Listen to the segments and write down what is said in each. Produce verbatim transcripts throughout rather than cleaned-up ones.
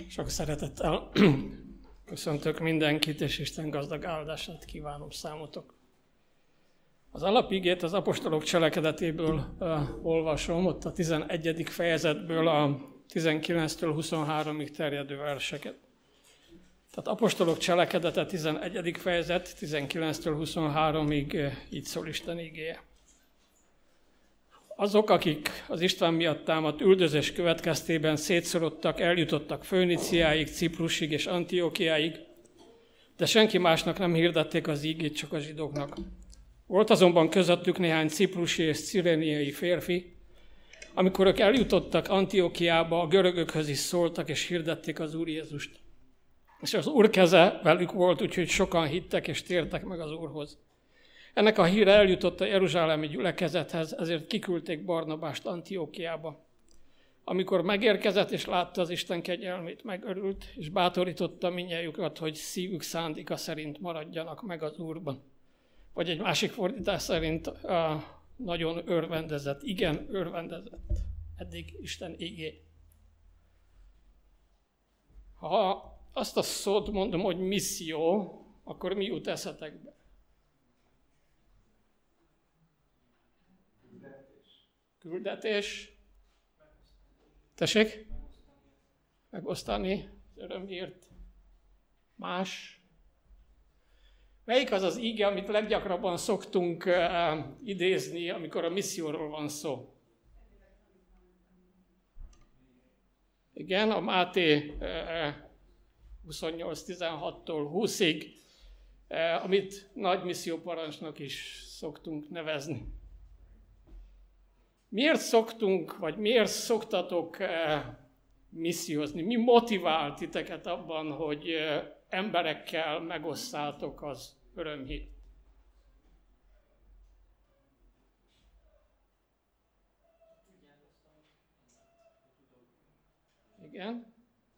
Sok szeretettel köszöntök mindenkit, és Isten gazdag áldását kívánom számotok. Az alapigét az apostolok cselekedetéből uh, olvasom, ott a tizenegyedik fejezetből a tizenkilenctől huszonháromig terjedő verseket. Tehát apostolok cselekedete tizenegyedik fejezet, tizenkilenctől huszonháromig uh, így szól Isten igéje. Azok, akik az István miatt támadt üldözés következtében szétszorodtak, eljutottak Föníciáig, Ciprusig és Antiokiáig, de senki másnak nem hirdették az ígét, csak a zsidóknak. Volt azonban közöttük néhány ciprusi és ciréniai férfi, amikor ők eljutottak Antiokiába, a görögökhöz is szóltak és hirdették az Úr Jézust. És az Úr keze velük volt, úgyhogy sokan hittek és tértek meg az Úrhoz. Ennek a híre eljutott a jeruzsálemi gyülekezethez, ezért kiküldték Barnabást Antiokiába. Amikor megérkezett és látta az Isten kegyelmét, megörült, és bátorította mindnyájukat, hogy szívük szándéka szerint maradjanak meg az Úrban. Vagy egy másik fordítás szerint uh, nagyon örvendezett, igen, örvendezett. Eddig Isten igé. Ha azt a szót mondom, hogy misszió, akkor mi jut eszetekbe? Küldetés. Tessék? Megosztani az örömhírt. Más. Melyik az az ige, amit leggyakrabban szoktunk uh, idézni, amikor a misszióról van szó? Igen, a Máté uh, huszonnyolc tizenhattól húszig, uh, amit nagy misszióparancsnak is szoktunk nevezni. Miért szoktunk, vagy miért szoktatok eh, missziózni? Mi motivál titeket abban, hogy eh, emberekkel megosszátok az örömhírt? Igen.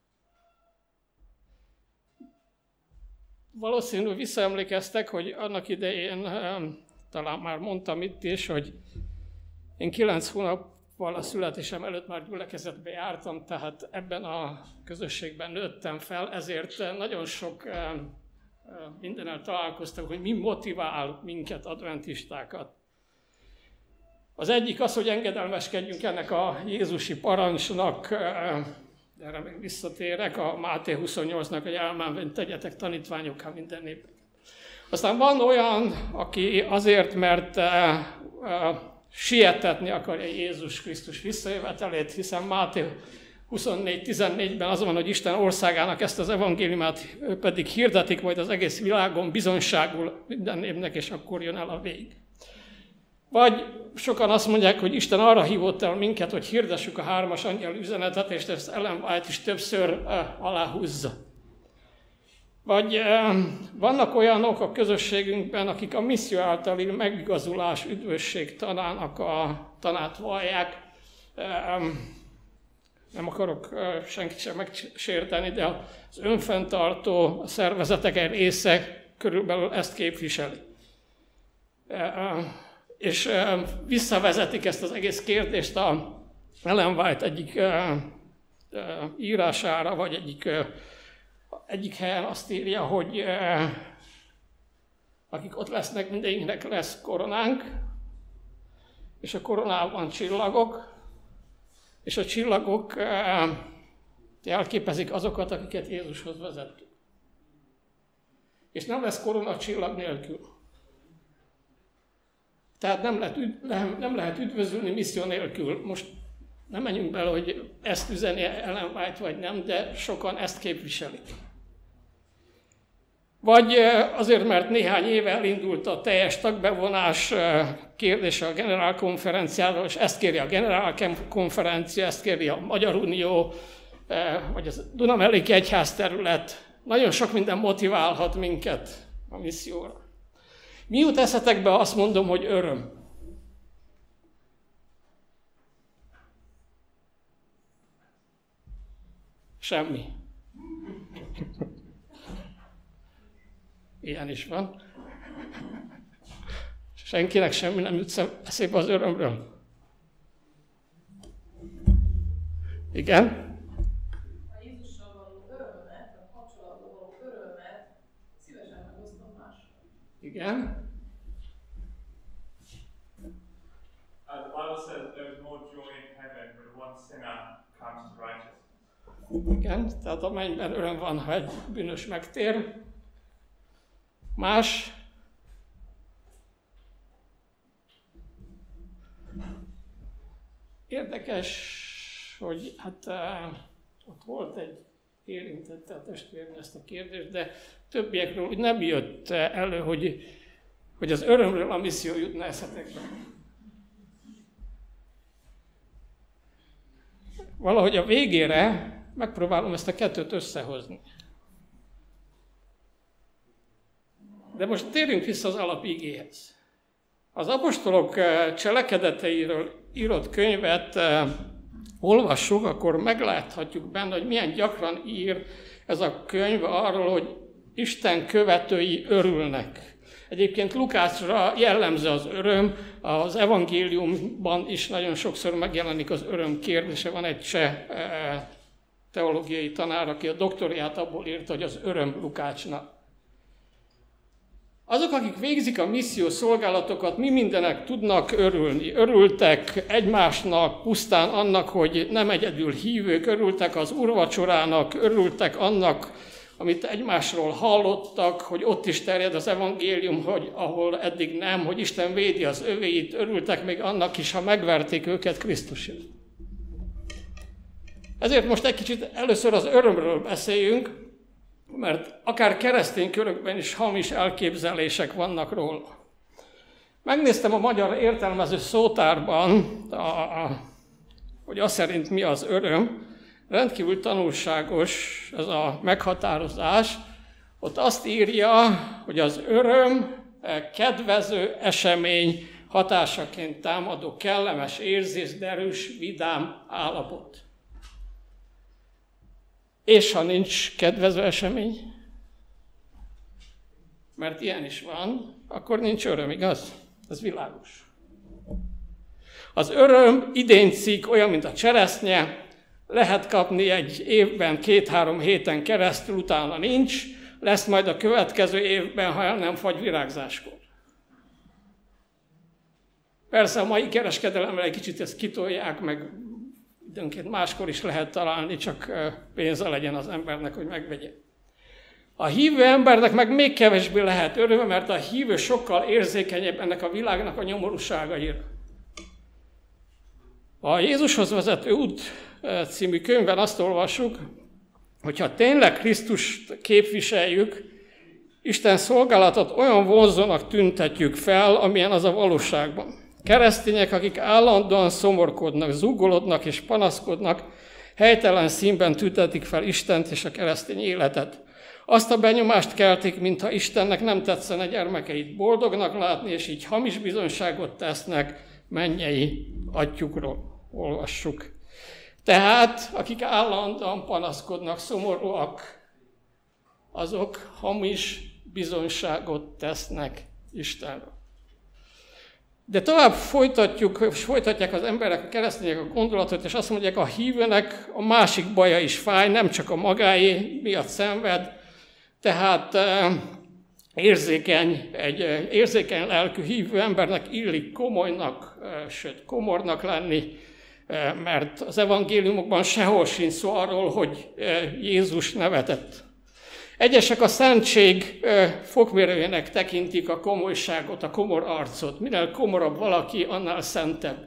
Valószínűleg visszaemlékeztek, hogy annak idején, eh, talán már mondtam itt is, hogy én kilenc hónappal a születésem előtt már gyülekezetbe jártam, tehát ebben a közösségben nőttem fel, ezért nagyon sok mindennel találkoztam, hogy mi motivál minket, adventistákat. Az egyik az, hogy engedelmeskedjünk ennek a jézusi parancsnak, de erre még visszatérek, a Máté huszonnyolcnak, hogy elmenvén tegyetek tanítványokká minden népet. Aztán van olyan, aki azért, mert sietetni akarja Jézus Krisztus visszajövetelét, hiszen Máté huszonnégy tizennégyben az van, hogy Isten országának ezt az evangéliumát pedig hirdetik majd az egész világon, bizonyságul minden népnek, és akkor jön el a vég. Vagy sokan azt mondják, hogy Isten arra hívott el minket, hogy hirdessük a hármas angyal üzenetet, és ezt Ellen White is többször uh, aláhúzza. Vagy eh, vannak olyanok a közösségünkben, akik a misszió általi megigazulás, üdvösség tanának a tanát vallják. Eh, nem akarok eh, senkit sem megsérteni, de az önfenntartó szervezetek egy része körülbelül ezt képviseli. Eh, és eh, visszavezetik ezt az egész kérdést a Ellen White egyik eh, eh, írására, vagy egyik eh, Egyik helyen azt írja, hogy eh, akik ott lesznek, mindenkinek lesz koronánk, és a koronában csillagok, és a csillagok eh, jelképezik azokat, akiket Jézushoz vezettük. És nem lesz korona csillag nélkül. Tehát nem lehet, üd, nem, nem lehet üdvözülni misszió nélkül. Most nem menjünk bele, hogy ezt üzeni Ellen White vagy nem, de sokan ezt képviselik. Vagy azért, mert néhány éve elindult a teljes tagbevonás kérdése a generálkonferenciáról, és ezt kéri a generálkonferencia, ezt kéri a Magyar Unió, vagy a Dunamelléki Egyházterület. Nagyon sok minden motiválhat minket a misszióra. Mi jut eszetekbe, azt mondom, hogy öröm. Semmi. Ilyen is van. Senkinek semmi nem jut eszébe az örömről. Igen? A Jézussal való Szívesen megosztom mással. Igen. Uh, the Bible says there's more joy in heaven when one sinner comes to righteousness. Igen, tehát a mennyben öröm van, ha egy bűnös megtér. Más? Érdekes, hogy hát uh, ott volt egy érintette a testvérem ezt a kérdést, de többiekről úgy nem jött elő, hogy, hogy az örömről a misszió jutna eszetekbe. Valahogy a végére megpróbálom ezt a kettőt összehozni. De most térjünk vissza az alapigéhez. Az apostolok cselekedeteiről írott könyvet olvassuk, akkor megláthatjuk benne, hogy milyen gyakran ír ez a könyv arról, hogy Isten követői örülnek. Egyébként Lukácsra jellemző az öröm, az evangéliumban is nagyon sokszor megjelenik az öröm kérdése. Van egy cseh teológiai tanár, aki a doktoriát abból írta, hogy az öröm Lukácsnak. Azok, akik végzik a misszió szolgálatokat, mi mindenek tudnak örülni. Örültek egymásnak, pusztán annak, hogy nem egyedül hívők, örültek az úrvacsorának, örültek annak, amit egymásról hallottak, hogy ott is terjed az evangélium, hogy ahol eddig nem, hogy Isten védi az övéit, örültek még annak is, ha megverték őket Krisztusért. Ezért most egy kicsit először az örömről beszéljünk, mert akár keresztény körökben is hamis elképzelések vannak róla. Megnéztem a magyar értelmező szótárban, a, a, hogy az szerint mi az öröm. Rendkívül tanulságos ez a meghatározás. Ott azt írja, hogy az öröm kedvező esemény hatásaként támadó kellemes érzés, derűs, vidám állapot. És ha nincs kedvező esemény, mert ilyen is van, akkor nincs öröm, igaz? Ez világos. Az öröm idénycikk olyan, mint a cseresznye, lehet kapni egy évben, két-három héten keresztül, utána nincs, lesz majd a következő évben, ha el nem fagy virágzáskor. Persze a mai kereskedelemre egy kicsit ezt kitolják, meg időnként máskor is lehet találni, csak pénze legyen az embernek, hogy megvegye. A hívő embernek meg még kevésbé lehet öröme, mert a hívő sokkal érzékenyebb ennek a világnak a nyomorúságaira. A Jézushoz vezető út című könyvben azt olvassuk, hogyha tényleg Krisztust képviseljük, Isten szolgálatot olyan vonzónak tüntetjük fel, amilyen az a valóságban. Keresztények, akik állandóan szomorkodnak, zúgolodnak és panaszkodnak, helytelen színben tüntetik fel Istent és a keresztény életet. Azt a benyomást keltik, mintha Istennek nem tetszene gyermekeit boldognak látni, és így hamis bizonyságot tesznek mennyei atyukról. Olvassuk. Tehát, akik állandóan panaszkodnak, szomorúak, azok hamis bizonyságot tesznek Istenről. De tovább folytatjuk, és folytatják az emberek, a keresztények a gondolatot, és azt mondják, a hívőnek a másik baja is fáj, nem csak a magáé miatt szenved, tehát érzékeny, egy érzékeny lelkű hívő embernek illik komolynak, sőt komornak lenni, mert az evangéliumokban sehol sincs szó arról, hogy Jézus nevetett. Egyesek a szentség fokmérőjének tekintik a komolyságot, a komor arcot. Minél komorabb valaki, annál szentebb.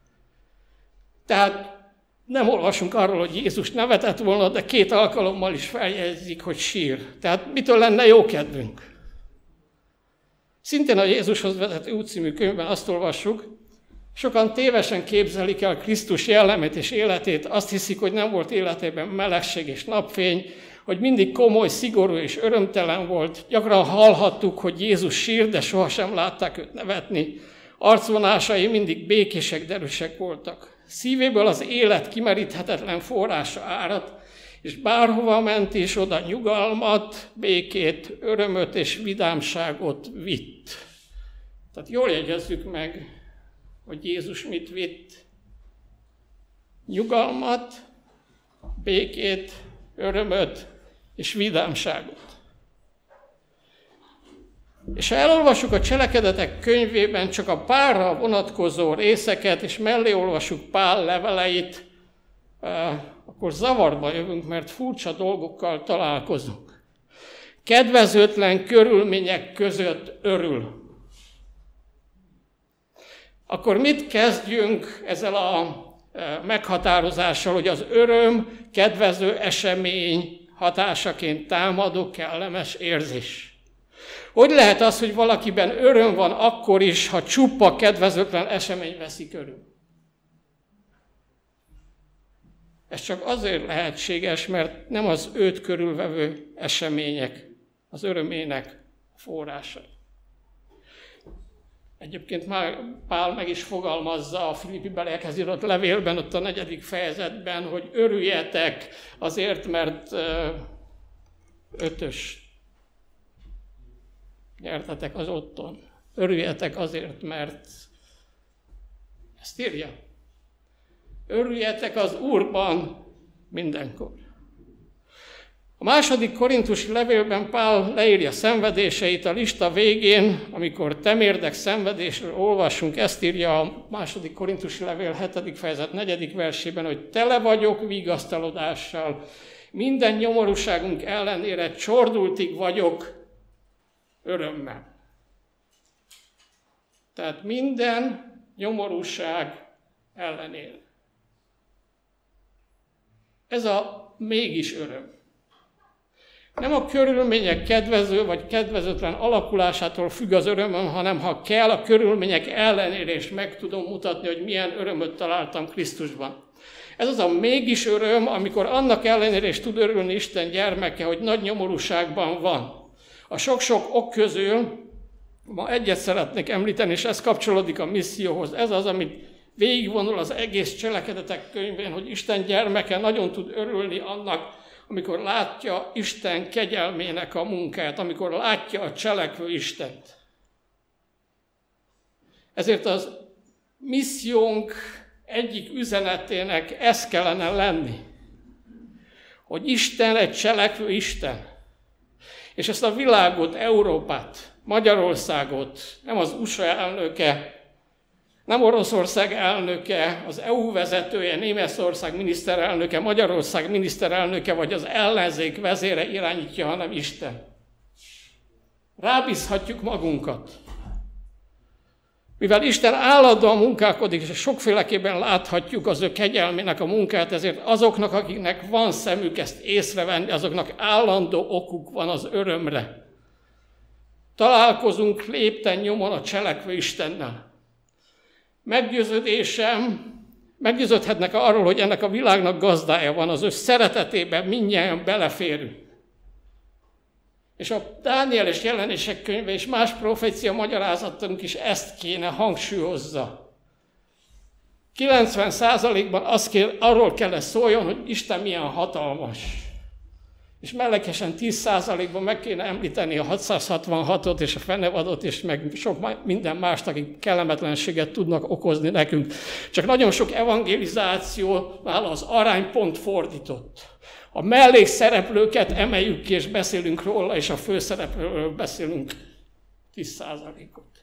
Tehát nem olvasunk arról, hogy Jézus nevetett volna, de két alkalommal is feljegyzik, hogy sír. Tehát mitől lenne jó kedvünk? Szintén a Jézushoz vezető út című könyvben azt olvassuk, sokan tévesen képzelik el Krisztus jellemét és életét, azt hiszik, hogy nem volt életében melegség és napfény, hogy mindig komoly, szigorú és örömtelen volt. Gyakran hallhattuk, hogy Jézus sír, de sohasem látták őt nevetni. Arcvonásai mindig békések, derűsek voltak. Szívéből az élet kimeríthetetlen forrása áradt, és bárhova ment is, oda nyugalmat, békét, örömöt és vidámságot vitt. Tehát jól jegyezzük meg, hogy Jézus mit vitt. Nyugalmat, békét, örömöt és vidámságot. És ha elolvassuk a Cselekedetek könyvében csak a Pálra vonatkozó részeket, és mellé olvassuk Pál leveleit, akkor zavarba jövünk, mert furcsa dolgokkal találkozunk. Kedvezőtlen körülmények között örül. Akkor mit kezdjünk ezzel a meghatározással, hogy az öröm kedvező esemény hatásaként támadó kellemes érzés? Hogy lehet az, hogy valakiben öröm van akkor is, ha csupa kedvezőtlen esemény veszi körül? Ez csak azért lehetséges, mert nem az őt körülvevő események az örömének forrása. Egyébként már Pál meg is fogalmazza a Filippi beliekhez írott levélben, ott a negyedik fejezetben, hogy örüljetek azért, mert ötös nyertetek az otthon. Örüljetek azért, mert ezt írja. Örüljetek az Úrban mindenkor. A második korintusi levélben Pál leírja szenvedéseit a lista végén, amikor temérdek szenvedésről olvassunk, ezt írja a második korintusi levél hetedik fejezet negyedik versében, hogy tele vagyok vigasztalodással, minden nyomorúságunk ellenére csordultig vagyok örömmel. Tehát minden nyomorúság ellenére. Ez a mégis öröm. Nem a körülmények kedvező vagy kedvezőtlen alakulásától függ az örömöm, hanem ha kell, a körülmények ellenére is meg tudom mutatni, hogy milyen örömöt találtam Krisztusban. Ez az a mégis öröm, amikor annak ellenére is tud örülni Isten gyermeke, hogy nagy nyomorúságban van. A sok-sok ok közül ma egyet szeretnék említeni, és ez kapcsolódik a misszióhoz. Ez az, amit végigvonul az egész Cselekedetek könyvén, hogy Isten gyermeke nagyon tud örülni annak, amikor látja Isten kegyelmének a munkát, amikor látja a cselekvő Istent. Ezért az missziónk egyik üzenetének ez kellene lenni, hogy Isten egy cselekvő Isten. És ezt a világot, Európát, Magyarországot, nem az u es á elnöke, nem Oroszország elnöke, az é u vezetője, Németország miniszterelnöke, Magyarország miniszterelnöke, vagy az ellenzék vezére irányítja, hanem Isten. Rábízhatjuk magunkat. Mivel Isten állandóan munkálkodik, és sokféleképpen láthatjuk az ő kegyelmének a munkát, ezért azoknak, akiknek van szemük ezt észrevenni, azoknak állandó okuk van az örömre. Találkozunk lépten nyomon a cselekvő Istennel. Meggyőződésem, meggyőződhetnek arról, hogy ennek a világnak gazdája van, az ő szeretetében mindnyájan beleférünk. És a Dániel és Jelenések könyve és más profécia magyarázatunk is ezt kéne hangsúlyozza. kilencven százalékban az kell, arról kell szóljon, hogy Isten milyen hatalmas. És mellékesen tíz százalékban meg kéne említeni a hatszázhatvanhatot és a fennevadot, és meg sok minden mást, akik kellemetlenséget tudnak okozni nekünk. Csak nagyon sok evangelizációnál az aránypont fordított. A mellékszereplőket emeljük ki, és beszélünk róla, és a főszereplőről beszélünk tíz százalékot.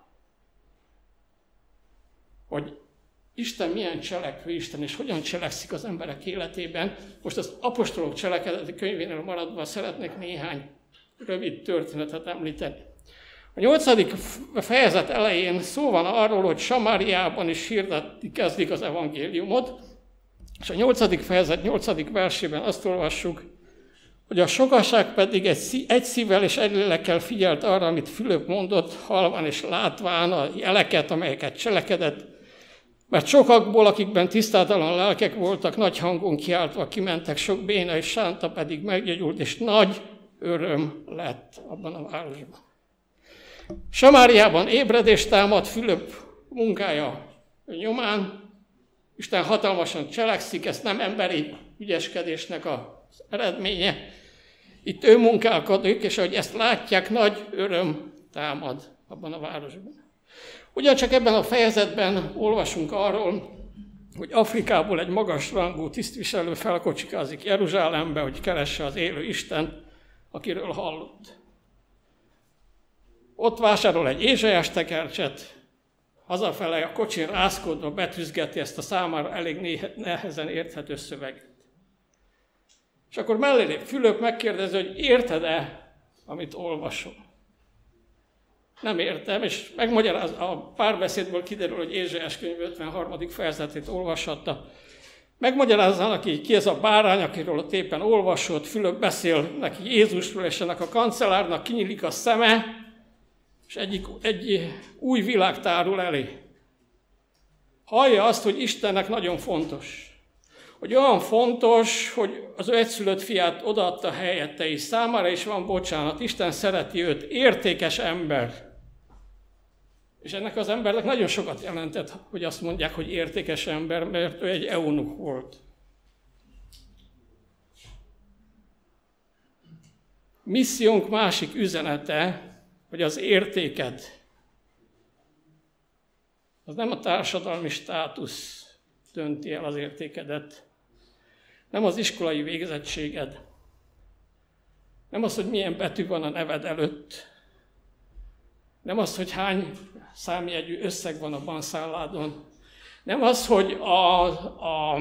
Hogy Isten milyen cselekvő Isten, és hogyan cselekszik az emberek életében. Most az apostolok cselekedeti könyvénél maradva szeretnék néhány rövid történetet említeni. A nyolcadik fejezet elején szó van arról, hogy Samáriában is hirdetni kezdik az evangéliumot, és a nyolcadik fejezet nyolcadik versében azt olvassuk, hogy a sokaság pedig egy, egy szívvel és egy lélekkel figyelt arra, amit Fülöp mondott, halván és látván a jeleket, amelyeket cselekedett, mert sokakból, akikben tisztátalan lelkek voltak, nagy hangon kiáltva kimentek, sok béna és sánta pedig meggyógyult, és nagy öröm lett abban a városban. Samáriában ébredés támad Fülöp munkája nyomán, Isten hatalmasan cselekszik, ez nem emberi ügyeskedésnek az eredménye. Itt ő munkálkodik, és ahogy ezt látják, nagy öröm támad abban a városban. Ugyancsak ebben a fejezetben olvasunk arról, hogy Afrikából egy magasrangú tisztviselő felkocsikázik Jeruzsálembe, hogy keresse az élő Istent, akiről hallott. ott vásárol egy ézsaiás tekercset, hazafele a kocsin rázkodva betűzgeti ezt a számára elég nehezen érthető szöveget. És akkor mellé lép Fülöp, megkérdezi, hogy érted-e, amit olvasom? Nem értem, és megmagyaráz, a párbeszédből kiderül, hogy Ézsaiás könyv ötvenharmadik fejezetét olvashatta. Megmagyarázza neki, ki ez a bárány, akiről ott éppen olvasott, Fülöp beszél neki Jézusról, és ennek a kancellárnak kinyílik a szeme, és egyik, egy új világ tárul elé. Hallja azt, hogy Istennek nagyon fontos. Hogy olyan fontos, hogy az ő egyszülött fiát odaadta helyette is, számára is van bocsánat, Isten szereti őt, értékes ember. És ennek az embernek nagyon sokat jelentett, hogy azt mondják, hogy értékes ember, mert ő egy eunuch volt. Missziónk másik üzenete, hogy az értéket, az nem a társadalmi státusz dönti el az értékedet, nem az iskolai végzettséged, nem az, hogy milyen betű van a neved előtt, nem az, hogy hány számjegyű összeg van a bankszálladon, nem az, hogy a, a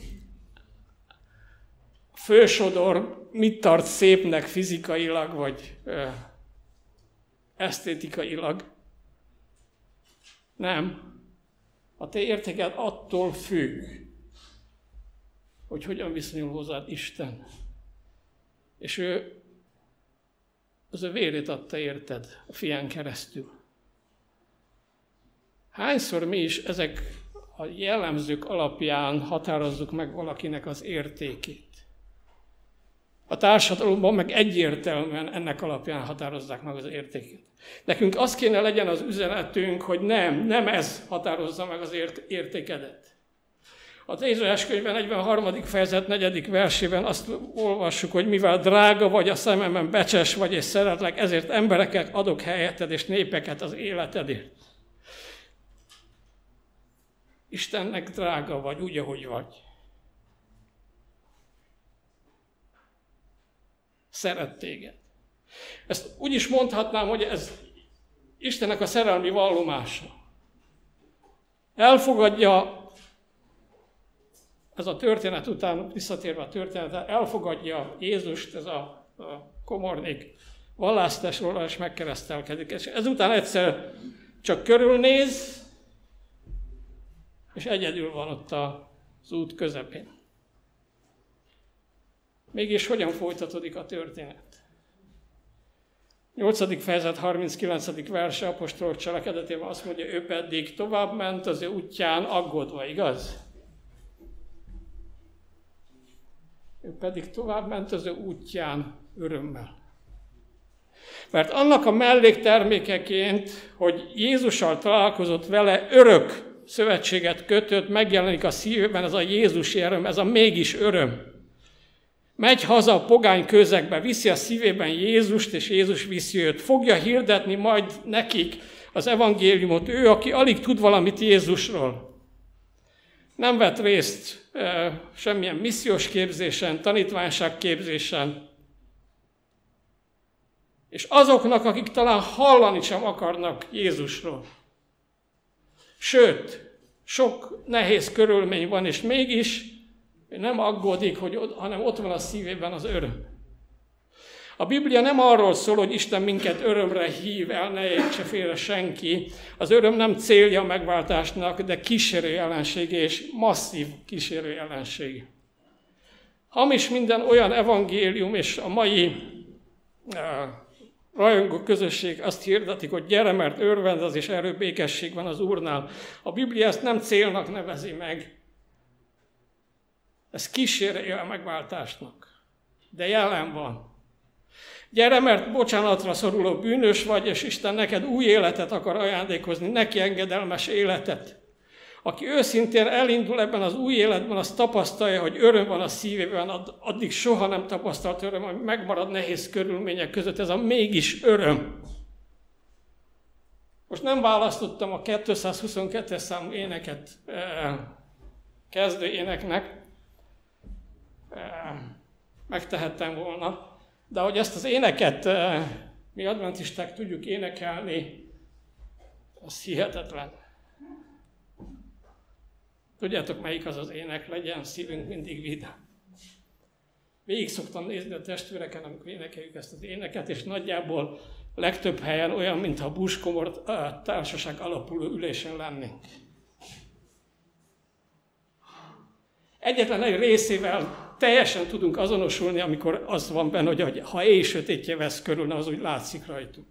fősodor mit tart szépnek fizikailag, vagy ö, esztétikailag. Nem. A te értéked attól függ, hogy hogyan viszonyul hozzád Isten. És ő az ő vérét adta érted a fián keresztül. Hányszor mi is ezek a jellemzők alapján határozzuk meg valakinek az értékét? A társadalomban meg egyértelműen ennek alapján határozzák meg az értékét. Nekünk az kéne legyen az üzenetünk, hogy nem, nem ez határozza meg az ért- értékedet. Az Ézsaiás könyvben negyvenharmadik fejezet negyedik versében azt olvassuk, hogy mivel drága vagy a szememben, becses vagy és szeretlek, ezért embereket adok helyetted és népeket az életedért. Istennek drága vagy, úgy, ahogy vagy. Szeret téged. Ezt úgy is mondhatnám, hogy ez Istennek a szerelmi vallomása. Elfogadja, ez a történet után, visszatérve a történetre, elfogadja Jézust, ez a, a komornék vallásztásról, és megkeresztelkedik. És ezután egyszer csak körülnéz, és egyedül van ott az út közepén. Mégis hogyan folytatódik a történet? nyolcadik fejezet harminckilencedik verse apostolok cselekedetében azt mondja, ő pedig tovább ment az ő útján aggódva, igaz? Ő pedig tovább ment az ő útján örömmel. Mert annak a melléktermékeként, hogy Jézussal találkozott vele, örök szövetséget kötött, megjelenik a szívében ez a Jézusi öröm, ez a mégis öröm. Megy haza a pogány közegbe, viszi a szívében Jézust, és Jézus viszi őt. Fogja hirdetni majd nekik az evangéliumot. Ő, aki alig tud valamit Jézusról. Nem vett részt e, semmilyen missziós képzésen, tanítványságképzésen. És azoknak, akik talán hallani sem akarnak Jézusról. Sőt, sok nehéz körülmény van, és mégis nem aggódik, hogy, hanem ott van a szívében az öröm. A Biblia nem arról szól, hogy Isten minket örömre hív, el ne értse félre senki. Az öröm nem célja a megváltásnak, de kísérő jelensége és masszív kísérő jelensége. Hamis minden olyan evangélium, és a mai uh, rajongó közösség azt hirdetik, hogy gyere, mert örvendez és erő békesség van az Úrnál. A Biblia ezt nem célnak nevezi meg. Ez kísérője a megváltásnak, de jelen van. Gyere, mert bocsánatra szoruló bűnös vagy, és Isten neked új életet akar ajándékozni, neki engedelmes életet. Aki őszintén elindul ebben az új életben, az tapasztalja, hogy öröm van a szívében, addig soha nem tapasztalt öröm, ami megmarad nehéz körülmények között. Ez a mégis öröm. Most nem választottam a kétszázhuszonkettes számú éneket kezdő éneknek, megtehettem volna, de hogy ezt az éneket mi adventisták tudjuk énekelni, az hihetetlen. Tudjátok, melyik az az ének? Legyen szívünk mindig vidám. Végig szoktam nézni a testvéreken, amikor énekeljük ezt az éneket, és nagyjából legtöbb helyen olyan, mintha búskomor társaság alapuló ülésen lennénk. Egyetlen egy részével teljesen tudunk azonosulni, amikor az van benne, hogy ha éj sötétje vesz körül, az úgy látszik rajtunk.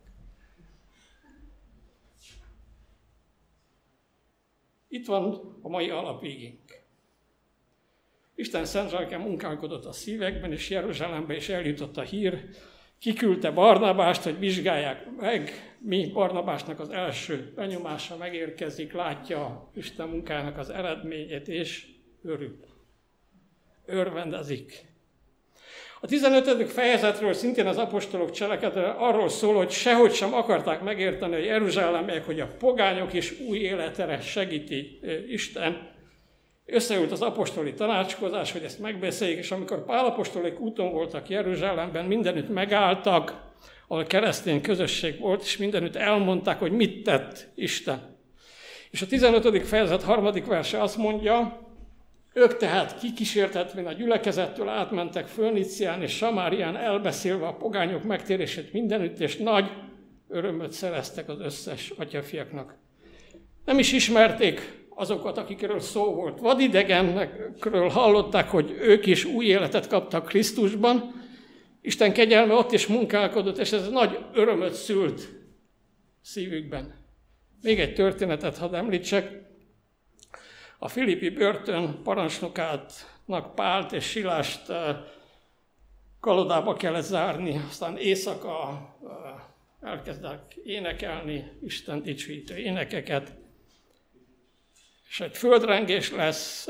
Itt van a mai alapigénk. Isten szent lelke munkálkodott a szívekben, és Jeruzsálembe is eljutott a hír. Kiküldte Barnabást, hogy vizsgálják meg. Mi Barnabásnak az első benyomása megérkezik, látja Isten munkának az eredményét, és örül. Örvendezik. A tizenötödik fejezetről szintén az apostolok cselekedete arról szól, hogy sehogy sem akarták megérteni a jeruzsálemiek, hogy a pogányok is új életre segíti Isten. Összeült az apostoli tanácskozás, hogy ezt megbeszéljék, és amikor Pál apostolik úton voltak Jeruzsálemben, mindenütt megálltak, ahol keresztény közösség volt, és mindenütt elmondták, hogy mit tett Isten. És a tizenötödik fejezet harmadik verse azt mondja, ők tehát kikísértetvén a gyülekezettől átmentek Fölnicián és Samárián, elbeszélve a pogányok megtérését mindenütt, és nagy örömöt szereztek az összes atyafiaknak. Nem is ismerték azokat, akikről szó volt. Vadidegenekről hallották, hogy ők is új életet kaptak Krisztusban. Isten kegyelme ott is munkálkodott, és ez nagy örömöt szült szívükben. Még egy történetet hadd említsek. A filippi börtön parancsnokátnak Pált és Silást kalodába kellett zárni, aztán éjszaka elkezdtek énekelni Isten dicsőítő énekeket, és egy földrengés lesz,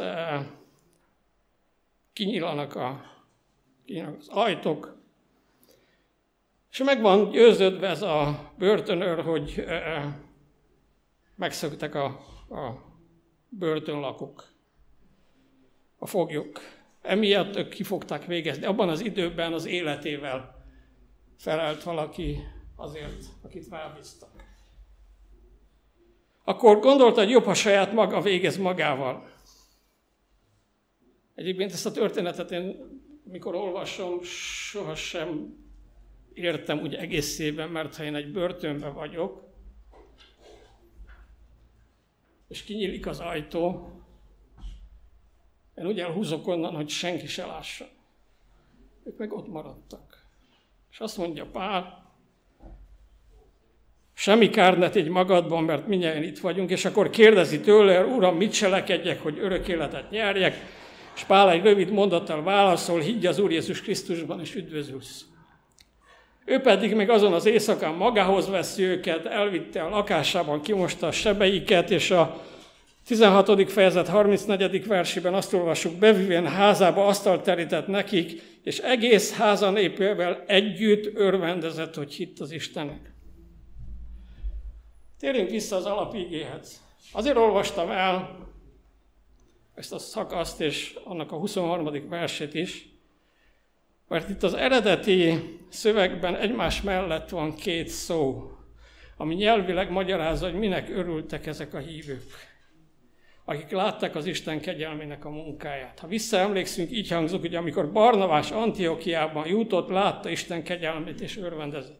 kinyilanak, a, kinyilanak az ajtók, és meg van győződve ez a börtönőr, hogy megszöktek a, a börtönlakók, a foglyok. Emiatt ők ki fogták végezni. Abban az időben az életével felelt valaki azért, akit rábíztak. Akkor gondolta, hogy jobb, ha saját maga végez magával. Egyébként ezt a történetet én, mikor olvasom, sohasem értem úgy egészében, mert ha én egy börtönben vagyok, és kinyílik az ajtó, én úgy elhúzok onnan, hogy senki se lássa. Ők meg ott maradtak. És azt mondja Pál, semmi kár ne tégy magadban, mert mindjárt itt vagyunk, és akkor kérdezi tőle, Uram, mit cselekedjek, hogy örök életet nyerjek, és Pál egy rövid mondattal válaszol, higgy az Úr Jézus Krisztusban, és üdvözülsz. Ő pedig még azon az éjszakán magához veszi őket, elvitte a lakásában, kimosta a sebeiket, és a tizenhatodik fejezet harmincnegyedik versében azt olvassuk, bevívén házába asztalt terített nekik, és egész háza népével együtt örvendezett, hogy hitt az Istennek. Térjünk vissza az alapigéhez. Azért olvastam el ezt a szakaszt, és annak a huszonharmadik versét is, mert itt az eredeti szövegben egymás mellett van két szó, ami nyelvileg magyarázza, hogy minek örültek ezek a hívők, akik látták az Isten kegyelmének a munkáját. Ha visszaemlékszünk, így hangzik, hogy amikor Barnabás Antiochiában jutott, látta Isten kegyelmét és örvendezett.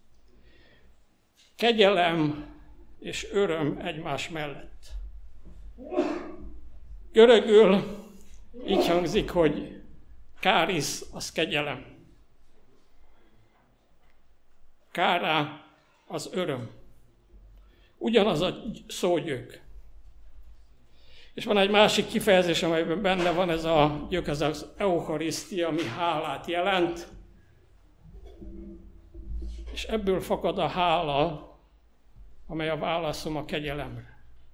Kegyelem és öröm egymás mellett. Görögül így hangzik, hogy kárisz, az kegyelem. Kárá, az öröm. Ugyanaz a szógyök. És van egy másik kifejezés, amelyben benne van ez a gyök, ez az eucharisztia, ami hálát jelent. És ebből fakad a hála, amely a válaszom a kegyelemre.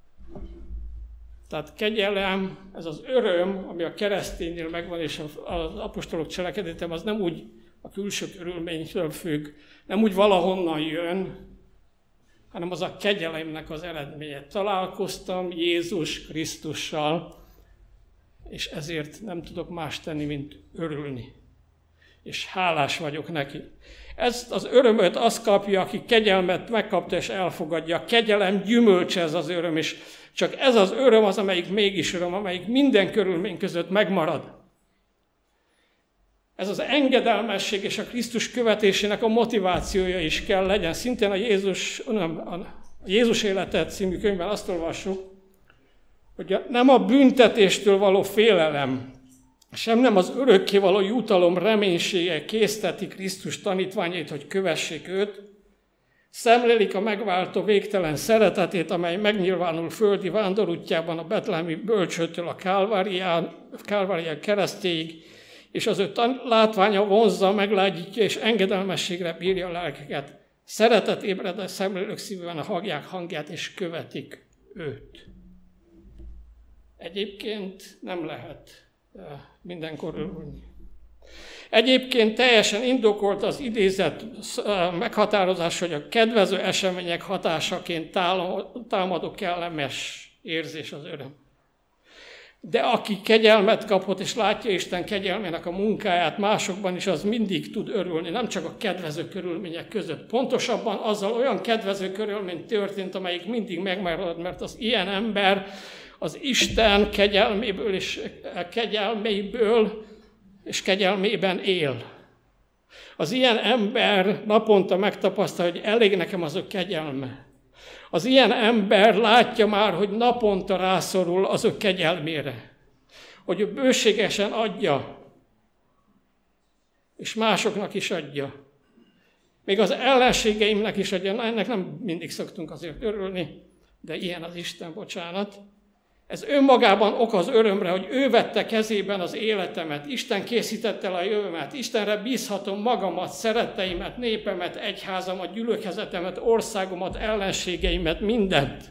Tehát kegyelem, ez az öröm, ami a kereszténynél megvan, és az apostolok cselekedetem, az nem úgy a külső körülménytől függ, nem úgy valahonnan jön, hanem az a kegyelemnek az eredménye. Találkoztam Jézus Krisztussal, és ezért nem tudok más tenni, mint örülni. és hálás vagyok neki. Ezt az örömöt az kapja, aki kegyelmet megkapta és elfogadja. A kegyelem gyümölcse ez az öröm, és csak ez az öröm az, amelyik mégis öröm, amelyik minden körülmény között megmarad. Ez az engedelmesség és a Krisztus követésének a motivációja is kell legyen. Szintén a Jézus, nem, a Jézus élete című könyvben azt olvassuk, hogy nem a büntetéstől való félelem, sem nem az örökkévaló jutalom reménysége készteti Krisztus tanítványait, hogy kövessék őt, szemlélik a megváltó végtelen szeretetét, amely megnyilvánul földi vándorútjában a betlehemi bölcsőtől a Kálvárián keresztéig, és az ő látványa vonzza, meglágyítja és engedelmességre bírja a lelkeket. Szeretet ébred a szemlélők szívében, a hallják hangját és követik őt. Egyébként nem lehet mindenkor örülni. Egyébként teljesen indokolt az idézet meghatározás, hogy a kedvező események hatásaként támadó kellemes érzés az öröm. De aki kegyelmet kapott, és látja Isten kegyelmének a munkáját másokban is, az mindig tud örülni, nem csak a kedvező körülmények között. Pontosabban azzal olyan kedvező körülmény történt, amelyik mindig megmarad, mert az ilyen ember az Isten kegyelméből és kegyelméből és kegyelmében él. Az ilyen ember naponta megtapasztalja, hogy elég nekem az ő kegyelme. Az ilyen ember látja már, hogy naponta rászorul az ő kegyelmére. Hogy ő bőségesen adja, és másoknak is adja. Még az ellenségeimnek is adja. Na, ennek nem mindig szoktunk azért örülni, de ilyen az Isten, bocsánat. Ez önmagában ok az örömre, hogy ő vette kezében az életemet, Isten készítette el a jövőmet, Istenre bízhatom magamat, szeretteimet, népemet, egyházamat, gyülekezetemet, országomat, ellenségeimet, mindent.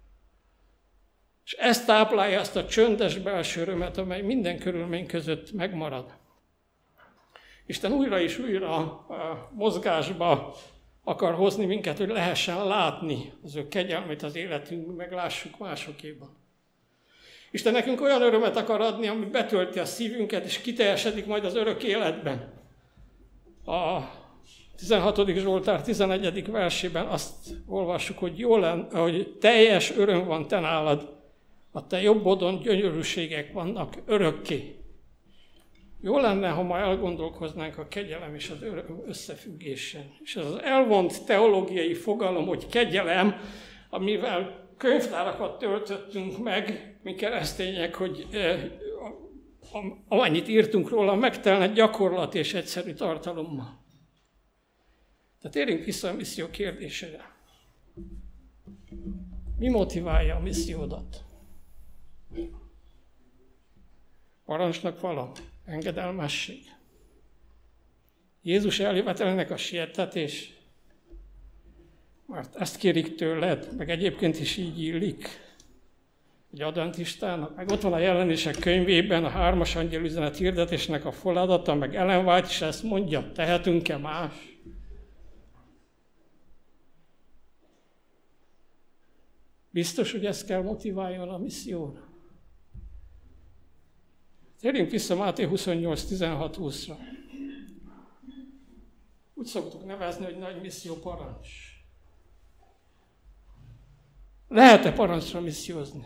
És ezt táplálja azt a csöndes belső örömet, amely minden körülmény között megmarad. Isten újra és újra a mozgásba akar hozni minket, hogy lehessen látni az ő kegyelmét az életünkben, meg lássuk másokéban. Isten nekünk olyan örömet akar adni, ami betölti a szívünket, és kiteljesedik majd az örök életben. A tizenhatodik Zsoltár tizenegyedik versében azt olvassuk, hogy, jó lenne, hogy teljes öröm van te nálad, a te jobbodon gyönyörűségek vannak örökké. Jó lenne, ha ma elgondolkoznánk a kegyelem és az öröm összefüggésen. És ez az elvont teológiai fogalom, hogy kegyelem, amivel könyvtárakat töltöttünk meg, mi keresztények, hogy eh, amennyit írtunk róla, megtelne gyakorlat és egyszerű tartalommal. Tehát térjünk vissza a misszió kérdésére. Mi motiválja a missziódat? Parancsnak valami, engedelmesség. Jézus eljövetelének a sietetés, mert ezt kérik tőled, meg egyébként is így illik egy adventistának. Meg ott van a Jelenések könyvében a hármas angyelüzenet hirdetésnek a feladata, meg Ellen White is ezt mondja, tehetünk-e más? Biztos, hogy ez kell motiváljon a misszióra. Térjünk vissza Máté huszonnyolc tizenhat húszra. Úgy szoktuk nevezni, hogy nagy misszió parancs. Lehet-e parancsra missziózni?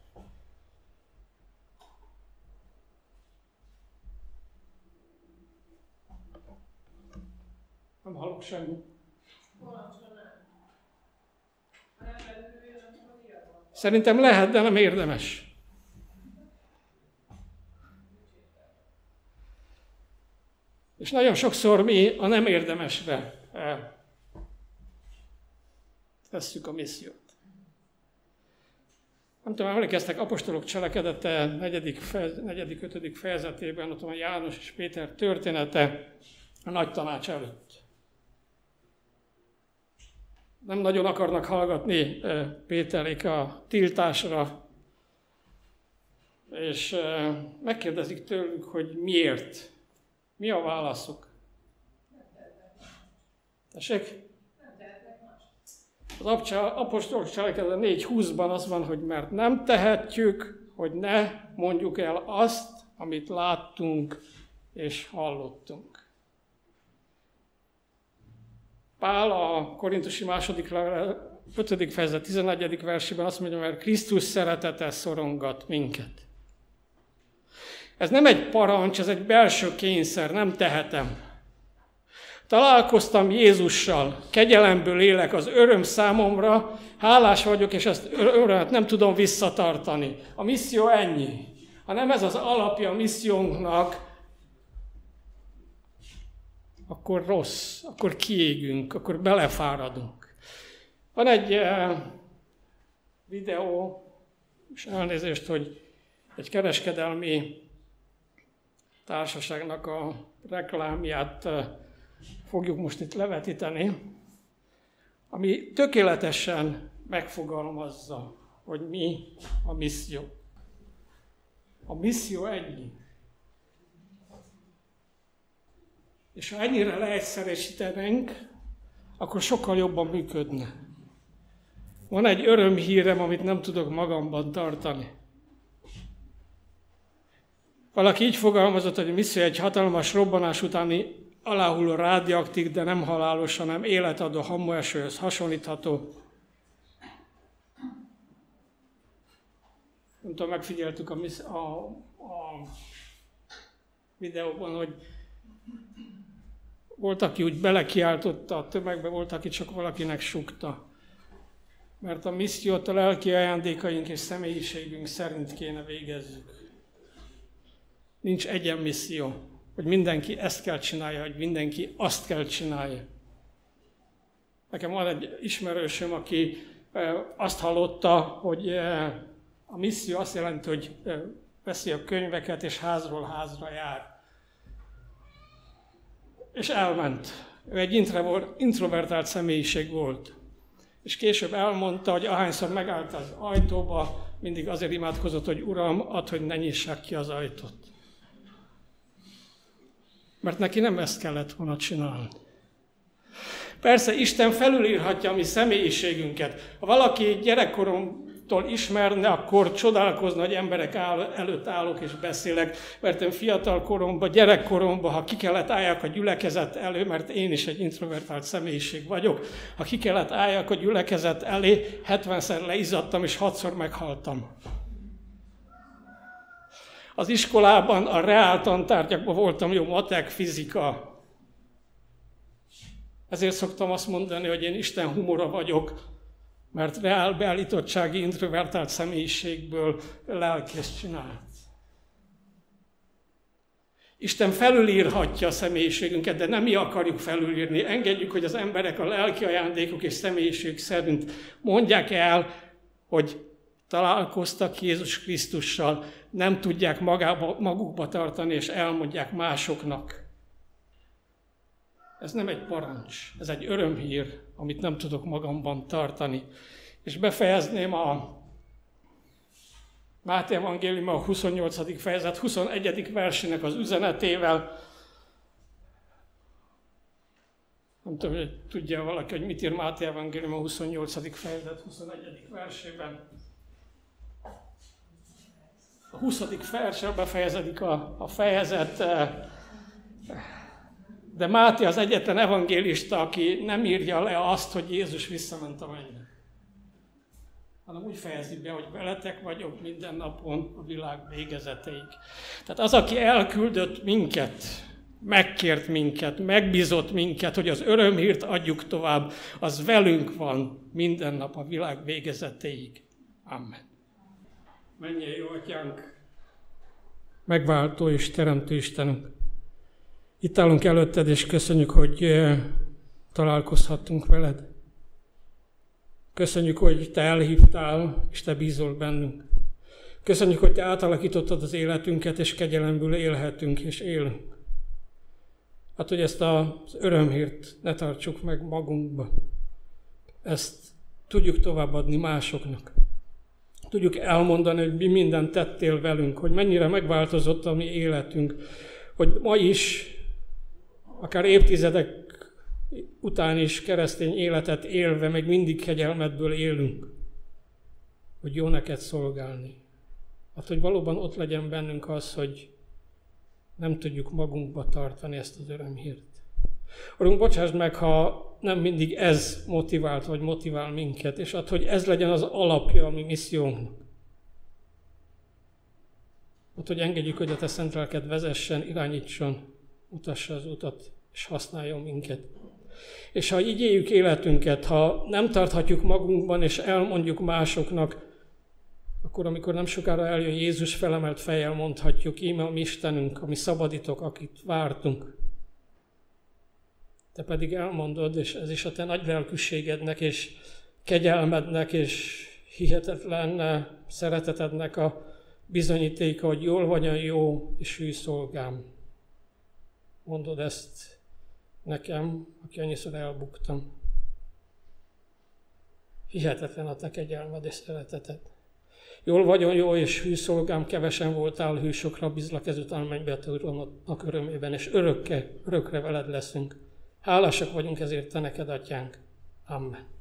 Nem hallok semmit. Szerintem lehet, de nem érdemes. És nagyon sokszor mi a nem érdemesre tesszük a missziót. Nem tudom, emlékeztek, apostolok cselekedete negyedik, fejez, negyedik ötödik fejezetében, ott van János és Péter története a nagy tanács előtt. Nem nagyon akarnak hallgatni Péterék a tiltásra, és megkérdezik tőlük, hogy miért. Mi a válaszuk? Tessék? Az apostolok cselekedete négy húszban az van, hogy mert nem tehetjük, hogy ne mondjuk el azt, amit láttunk és hallottunk. Pál a Korintusi második levél ötödik fejezet tizennegyedik versében azt mondja, mert Krisztus szeretete szorongat minket. Ez nem egy parancs, ez egy belső kényszer, nem tehetem. Találkoztam Jézussal, kegyelemből élek, az öröm számomra, hálás vagyok, és ezt örömet nem tudom visszatartani. A misszió ennyi. Ha nem ez az alapja a missziónknak, akkor rossz, akkor kiégünk, akkor belefáradunk. Van egy eh, videó, és elnézést, hogy egy kereskedelmi társaságnak a reklámját eh, fogjuk most itt levetíteni, ami tökéletesen megfogalmazza, hogy mi a misszió. A misszió ennyi. És ha ennyire leegyszerűsítenénk, akkor sokkal jobban működne. Van egy örömhírem, amit nem tudok magamban tartani. Valaki így fogalmazott, hogy a misszió egy hatalmas robbanás utáni aláhulló rádióaktív, de nem halálos, hanem életadó hamuesőhöz hasonlítható. Nem tudom, megfigyeltük a, a, a videóban, hogy volt, aki úgy belekiáltotta a tömegbe, volt, aki csak valakinek sukta. Mert a missziót a lelki ajándékaink és személyiségünk szerint kéne végezzük. Nincs egyen misszió, hogy mindenki ezt kell csinálja, hogy mindenki azt kell csinálja. Nekem van egy ismerősöm, aki azt hallotta, hogy a misszió azt jelenti, hogy veszi a könyveket és házról házra jár. És elment. Ő egy introvertált személyiség volt. És később elmondta, hogy ahányszor megállt az ajtóba, mindig azért imádkozott, hogy Uram, add, hogy ne nyissák ki az ajtót. Mert neki nem ezt kellett volna csinálni. Persze Isten felülírhatja a mi személyiségünket. Ha valaki gyerekkoromtól ismerne, akkor csodálkozna, hogy emberek áll, előtt állok és beszélek, mert én fiatal koromban, gyerekkoromban, ha ki kellett álljak a gyülekezet elő, mert én is egy introvertált személyiség vagyok, ha ki kellett álljak a gyülekezet elé, hetvenszer leizzadtam és hatszor meghaltam. Az iskolában, a reál tantárgyakban voltam jó, matek, fizika. Ezért szoktam azt mondani, hogy én Isten humora vagyok, mert reál beállítottsági, introvertált személyiségből lelkész csinált. Isten felülírhatja a személyiségünket, de nem mi akarjuk felülírni. Engedjük, hogy az emberek a lelki ajándékok és személyiség szerint mondják el, hogy találkoztak Jézus Krisztussal, nem tudják magába, magukba tartani, és elmondják másoknak. Ez nem egy parancs, ez egy örömhír, amit nem tudok magamban tartani. És befejezném a Máté evangélium a huszonnyolcadik fejezet huszonegyedik versének az üzenetével. Nem tudom, hogy tudja valaki, hogy mit ír Máté evangélium a huszonnyolcadik fejezet huszonegyedik versében. A huszadik verssel befejeződik a, a fejezet, de Máté az egyetlen evangélista, aki nem írja le azt, hogy Jézus visszament a mennybe, hanem úgy fejezi be, hogy veletek vagyok minden napon a világ végezeteig. Tehát az, aki elküldött minket, megkért minket, megbízott minket, hogy az örömhírt adjuk tovább, az velünk van minden nap a világ végezeteig. Amen. Mennyei jó Atyánk, megváltó és teremtő Istenünk. Itt állunk előtted, és köszönjük, hogy találkozhattunk veled. Köszönjük, hogy te elhívtál, és te bízol bennünk. Köszönjük, hogy te átalakítottad az életünket, és kegyelemből élhetünk és élünk. Hát, hogy ezt az örömhírt ne tartsuk meg magunkba. Ezt tudjuk továbbadni másoknak. Tudjuk elmondani, hogy mi mindent tettél velünk, hogy mennyire megváltozott a mi életünk, hogy ma is, akár évtizedek után is keresztény életet élve, még mindig kegyelmedből élünk, hogy jó neked szolgálni. Hát, hogy valóban ott legyen bennünk az, hogy nem tudjuk magunkba tartani ezt az örömhírt. Urunk, bocsásd meg, ha nem mindig ez motivált, vagy motivál minket, és ad, hogy ez legyen az alapja a mi missziónknak. Ott, hogy engedjük, hogy a te szent lelked vezessen, irányítson, mutassa az utat, és használjon minket. És ha így éljük életünket, ha nem tarthatjuk magunkban, és elmondjuk másoknak, akkor amikor nem sokára eljön Jézus, felemelt fejjel mondhatjuk, íme a mi Istenünk, a mi szabadítók, akit vártunk. Te pedig elmondod, és ez is a te nagy lelkűségednek, és kegyelmednek, és hihetetlen szeretetednek a bizonyítéka, hogy jól vagy a jó és hű szolgám. Mondod ezt nekem, aki annyiszor elbuktam. Hihetetlen a te kegyelmed és szereteted. Jól vagyon jó és hű szolgám, kevesen voltál hű, sokra bízlak, ezután menj be a te urodnak örömében, és örökké, örökre veled leszünk. Hálásak vagyunk ezért te neked, atyánk. Amen.